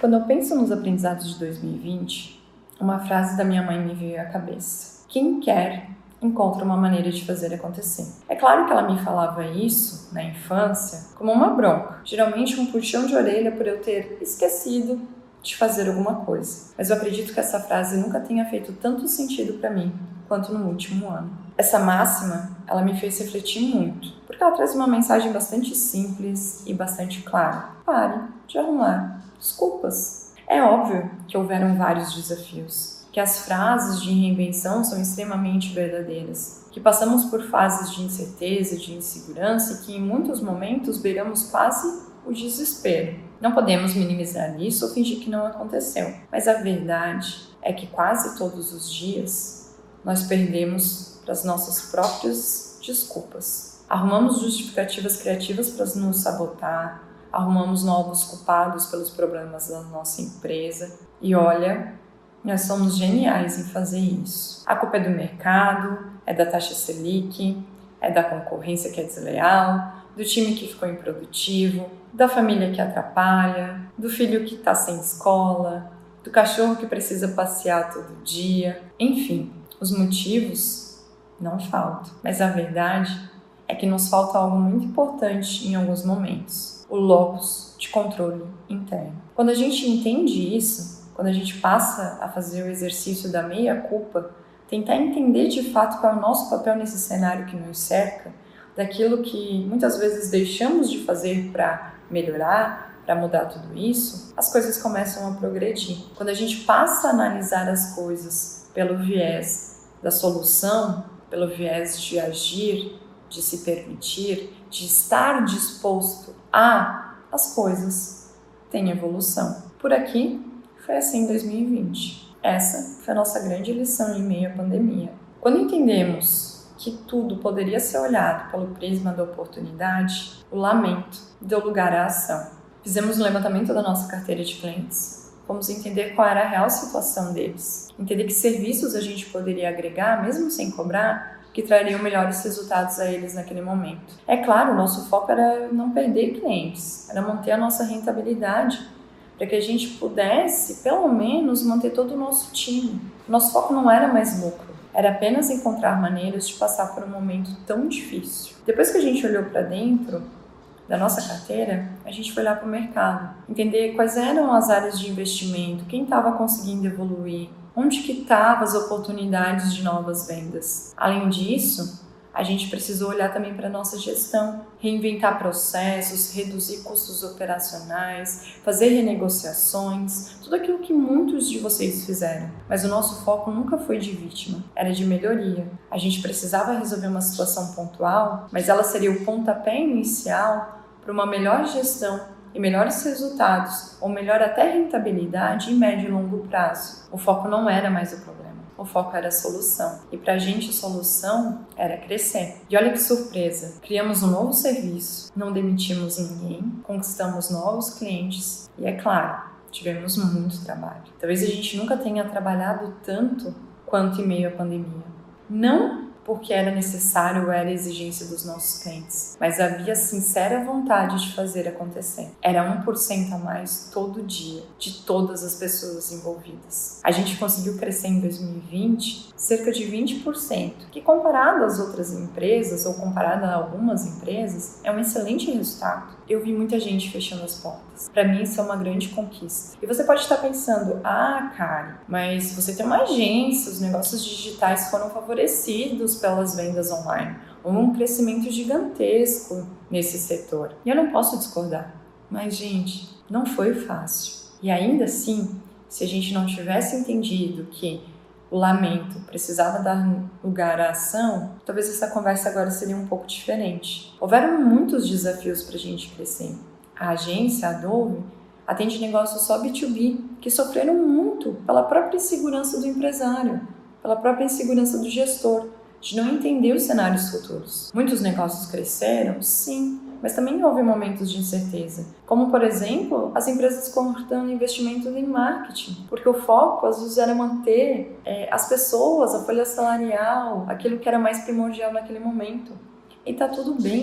Quando eu penso nos aprendizados de 2020, uma frase da minha mãe me veio à cabeça. Quem quer, encontra uma maneira de fazer acontecer. É claro que ela me falava isso, na infância, como uma bronca. Geralmente um puxão de orelha por eu ter esquecido de fazer alguma coisa. Mas eu acredito que essa frase nunca tenha feito tanto sentido para mim quanto no último ano. Essa máxima, ela me fez refletir muito, porque ela traz uma mensagem bastante simples e bastante clara. Pare de arrumar desculpas. É óbvio que houveram vários desafios, que as frases de reinvenção são extremamente verdadeiras, que passamos por fases de incerteza, de insegurança e que em muitos momentos beiramos quase o desespero. Não podemos minimizar isso ou fingir que não aconteceu, mas a verdade é que quase todos os dias nós perdemos para as nossas próprias desculpas. Arrumamos justificativas criativas para nos sabotar, arrumamos novos culpados pelos problemas da nossa empresa e olha, nós somos geniais em fazer isso. A culpa é do mercado, é da taxa Selic, é da concorrência que é desleal, do time que ficou improdutivo, da família que atrapalha, do filho que está sem escola, do cachorro que precisa passear todo dia. Enfim, os motivos não faltam, mas a verdade é que nos falta algo muito importante em alguns momentos: o locus de controle interno. Quando a gente entende isso, quando a gente passa a fazer o exercício da meia-culpa, tentar entender de fato qual é o nosso papel nesse cenário que nos cerca, daquilo que muitas vezes deixamos de fazer para melhorar, para mudar tudo isso, as coisas começam a progredir. Quando a gente passa a analisar as coisas pelo viés da solução, pelo viés de agir, de se permitir, de estar disposto a, as coisas têm evolução. Por aqui, foi assim em 2020. Essa foi a nossa grande lição em meio à pandemia. Quando entendemos que tudo poderia ser olhado pelo prisma da oportunidade, o lamento deu lugar à ação. Fizemos um levantamento da nossa carteira de clientes, fomos entender qual era a real situação deles, entender que serviços a gente poderia agregar, mesmo sem cobrar, que trariam melhores resultados a eles naquele momento. É claro, o nosso foco era não perder clientes, era manter a nossa rentabilidade, para que a gente pudesse, pelo menos, manter todo o nosso time. Nosso foco não era mais lucro, era apenas encontrar maneiras de passar por um momento tão difícil. Depois que a gente olhou para dentro da nossa carteira, a gente foi olhar para o mercado, entender quais eram as áreas de investimento, quem estava conseguindo evoluir, onde que estavam as oportunidades de novas vendas. Além disso, a gente precisou olhar também para a nossa gestão, reinventar processos, reduzir custos operacionais, fazer renegociações, tudo aquilo que muitos de vocês fizeram. Mas o nosso foco nunca foi de vítima, era de melhoria. A gente precisava resolver uma situação pontual, mas ela seria o pontapé inicial para uma melhor gestão e melhores resultados, ou melhor até rentabilidade em médio e longo prazo. O foco não era mais o problema. O foco era a solução. E pra gente a solução era crescer. E olha que surpresa, criamos um novo serviço, não demitimos ninguém, conquistamos novos clientes e, é claro, tivemos muito trabalho. Talvez a gente nunca tenha trabalhado tanto quanto em meio à pandemia. Não porque era necessário ou era exigência dos nossos clientes, mas havia sincera vontade de fazer acontecer. Era 1% a mais todo dia, de todas as pessoas envolvidas. A gente conseguiu crescer em 2020 cerca de 20%, que comparado às outras empresas, ou comparado a algumas empresas, é um excelente resultado. Eu vi muita gente fechando as portas. Para mim, isso é uma grande conquista. E você pode estar pensando, Kari, mas você tem uma agência, os negócios digitais foram favorecidos pelas vendas online. Houve um crescimento gigantesco nesse setor. E eu não posso discordar. Mas, gente, não foi fácil. E ainda assim, se a gente não tivesse entendido que o lamento precisava dar lugar à ação, talvez essa conversa agora seria um pouco diferente. Houveram muitos desafios para a gente crescer. A agência, a Dove, atende negócios só B2B, que sofreram muito pela própria insegurança do empresário, pela própria insegurança do gestor, de não entender os cenários futuros. Muitos negócios cresceram, sim, mas também houve momentos de incerteza, como, por exemplo, as empresas cortando investimento em marketing, porque o foco, às vezes, era manter as pessoas, a folha salarial, aquilo que era mais primordial naquele momento. E tá tudo bem,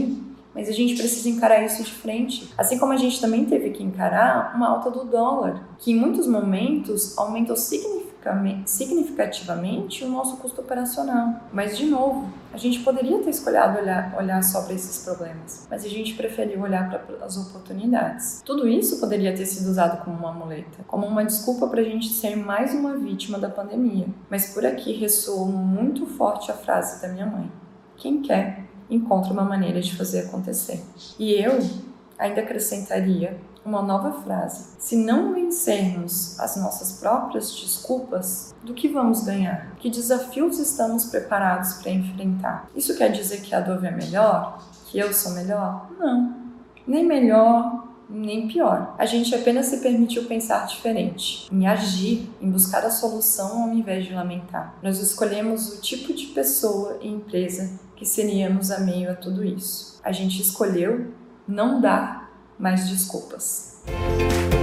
Mas a gente precisa encarar isso de frente. Assim como a gente também teve que encarar uma alta do dólar, que em muitos momentos aumentou significativamente o nosso custo operacional. Mas, de novo, a gente poderia ter escolhido olhar só para esses problemas, mas a gente preferiu olhar para as oportunidades. Tudo isso poderia ter sido usado como uma muleta, como uma desculpa para a gente ser mais uma vítima da pandemia. Mas por aqui ressoou muito forte a frase da minha mãe: quem quer, encontra uma maneira de fazer acontecer. E eu ainda acrescentaria uma nova frase: se não vencermos as nossas próprias desculpas, do que vamos ganhar? Que desafios estamos preparados para enfrentar? Isso quer dizer que a Dove é melhor? Que eu sou melhor? Não. Nem melhor, nem pior. A gente apenas se permitiu pensar diferente, em agir, em buscar a solução ao invés de lamentar. Nós escolhemos o tipo de pessoa e empresa que seríamos a meio a tudo isso. A gente escolheu não dar mais desculpas.